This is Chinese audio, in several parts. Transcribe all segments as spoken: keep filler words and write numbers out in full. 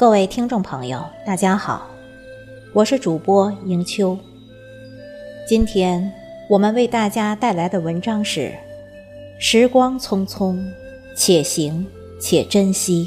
各位听众朋友，大家好，我是主播迎秋。今天我们为大家带来的文章是：时光匆匆，且行且珍惜。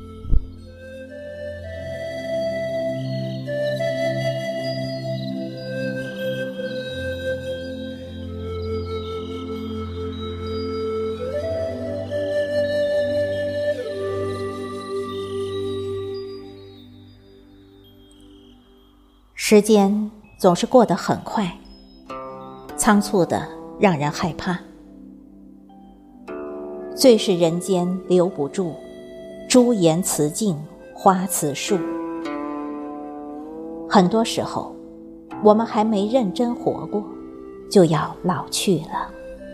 时间总是过得很快，仓促的让人害怕。最是人间留不住，朱颜辞镜花辞树。很多时候，我们还没认真活过，就要老去了。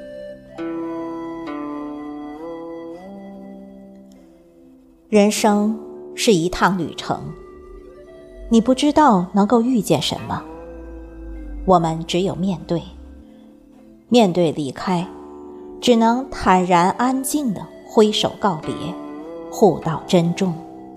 人生是一趟旅程，你不知道能够遇见什么，我们只有面对，面对离开，只能坦然安静地挥手告别，互道珍重。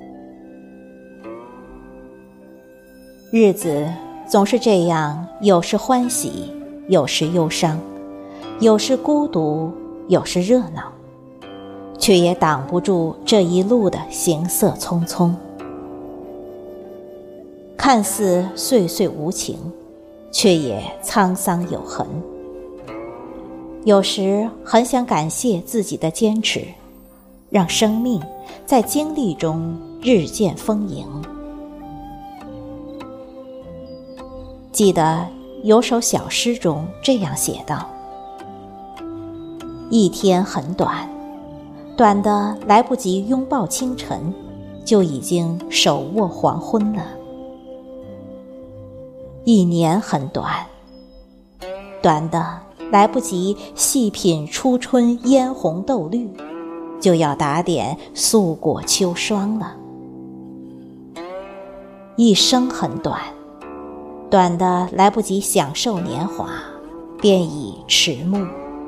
日子总是这样，有时欢喜，有时忧伤，有时孤独，有时热闹，却也挡不住这一路的行色匆匆。看似岁岁无情，却也沧桑有痕。有时很想感谢自己的坚持，让生命在经历中日渐丰盈。记得有首小诗中这样写道：一天很短，短得来不及拥抱清晨，就已经手握黄昏了。一年很短，短的来不及细品初春嫣红豆绿，就要打点素裹秋霜了。一生很短，短的来不及享受年华，便已迟暮。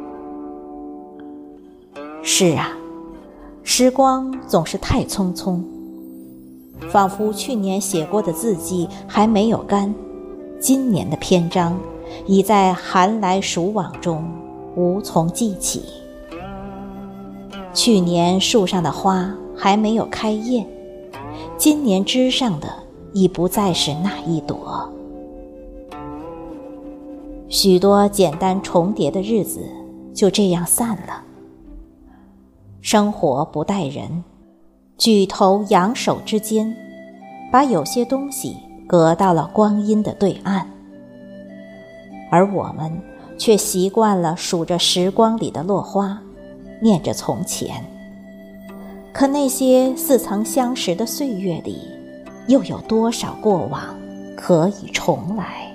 是啊，时光总是太匆匆，仿佛去年写过的字迹还没有干，今年的篇章已在寒来暑往中无从记起。去年树上的花还没有开艳，今年枝上的已不再是那一朵。许多简单重叠的日子就这样散了。生活不待人，举头扬手之间，把有些东西隔到了光阴的对岸，而我们却习惯了数着时光里的落花，念着从前。可那些似曾相识的岁月里，又有多少过往可以重来？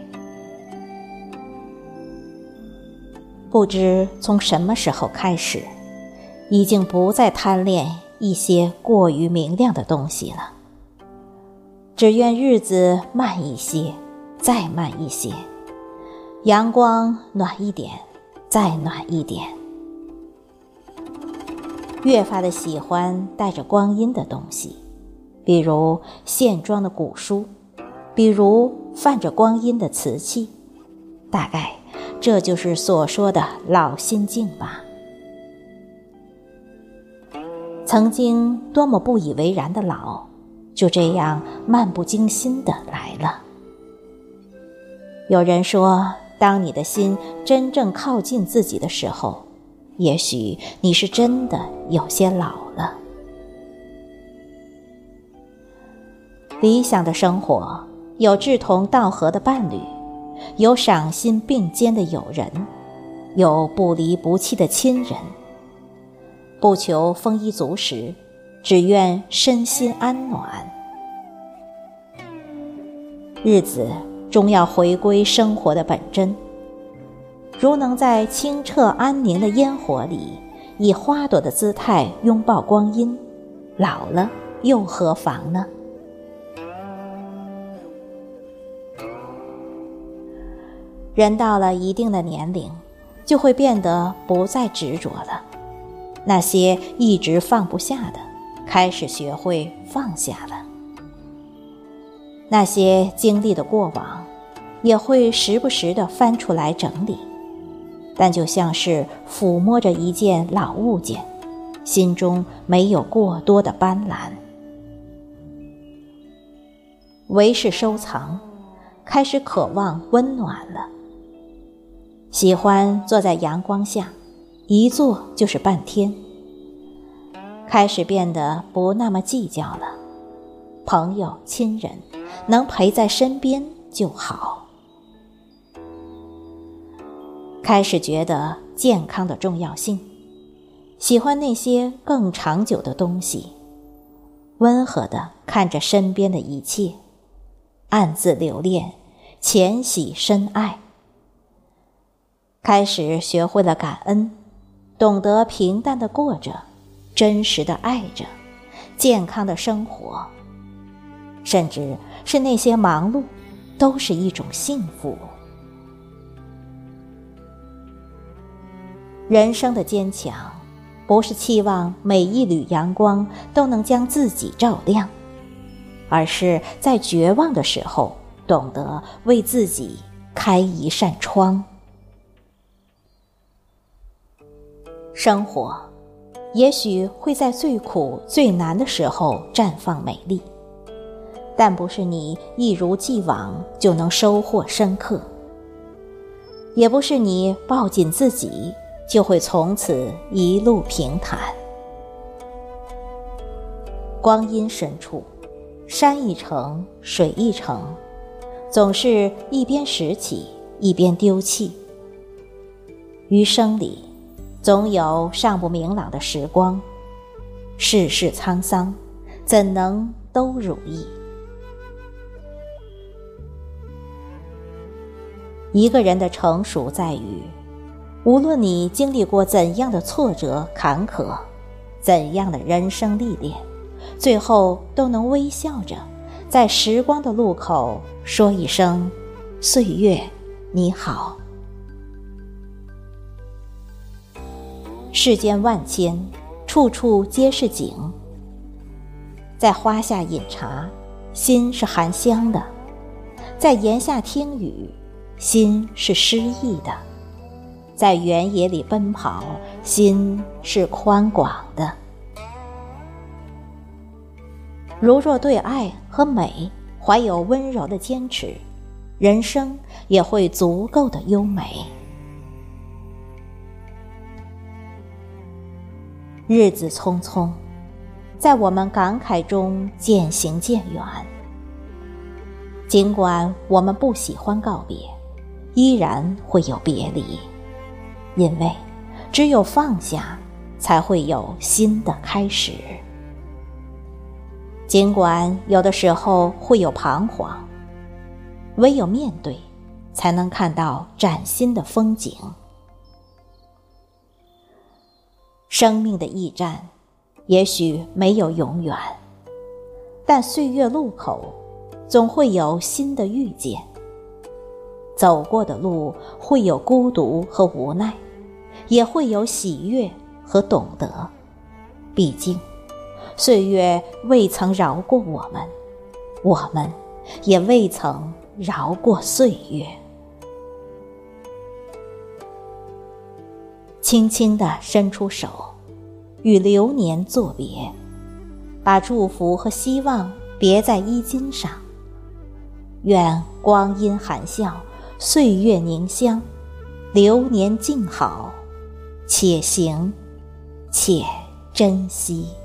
不知从什么时候开始，已经不再贪恋一些过于明亮的东西了。只愿日子慢一些，再慢一些，阳光暖一点，再暖一点。越发的喜欢带着光阴的东西，比如线装的古书，比如泛着光阴的瓷器，大概这就是所说的老心境吧。曾经多么不以为然的老，就这样漫不经心地来了。有人说，当你的心真正靠近自己的时候，也许你是真的有些老了。理想的生活，有志同道合的伴侣，有赏心并肩的友人，有不离不弃的亲人。不求丰衣足食，只愿身心安暖。日子终要回归生活的本真，如能在清澈安宁的烟火里，以花朵的姿态拥抱光阴，老了又何妨呢？人到了一定的年龄，就会变得不再执着了。那些一直放不下的，开始学会放下了。 那些经历的过往，也会时不时地翻出来整理，但就像是抚摸着一件老物件，心中没有过多的斑斓。唯是收藏，开始渴望温暖了，喜欢坐在阳光下，一坐就是半天，开始变得不那么计较了，朋友亲人能陪在身边就好。开始觉得健康的重要性，喜欢那些更长久的东西，温和地看着身边的一切，暗自留恋，浅喜深爱。开始学会了感恩，懂得平淡地过着，真实地爱着，健康的生活，甚至是那些忙碌，都是一种幸福。人生的坚强，不是期望每一缕阳光都能将自己照亮，而是在绝望的时候，懂得为自己开一扇窗。生活也许会在最苦最难的时候绽放美丽，但不是你一如既往就能收获深刻，也不是你抱紧自己就会从此一路平坦。光阴深处，山一程，水一程，总是一边拾起，一边丢弃。余生里，总有尚不明朗的时光，世事沧桑，怎能都如意？一个人的成熟在于，无论你经历过怎样的挫折坎坷，怎样的人生历练，最后都能微笑着在时光的路口说一声岁月你好。世间万千，处处皆是景，在花下饮茶，心是含香的；在檐下听雨，心是诗意的；在原野里奔跑，心是宽广的。如若对爱和美怀有温柔的坚持，人生也会足够的优美。日子匆匆，在我们感慨中渐行渐远。尽管我们不喜欢告别，依然会有别离，因为只有放下，才会有新的开始。尽管有的时候会有彷徨，唯有面对，才能看到崭新的风景。生命的驿站，也许没有永远，但岁月路口，总会有新的遇见。走过的路，会有孤独和无奈，也会有喜悦和懂得。毕竟，岁月未曾饶过我们，我们也未曾饶过岁月。轻轻地伸出手，与流年作别，把祝福和希望别在衣襟上。愿光阴含笑，岁月凝香，流年静好，且行且珍惜。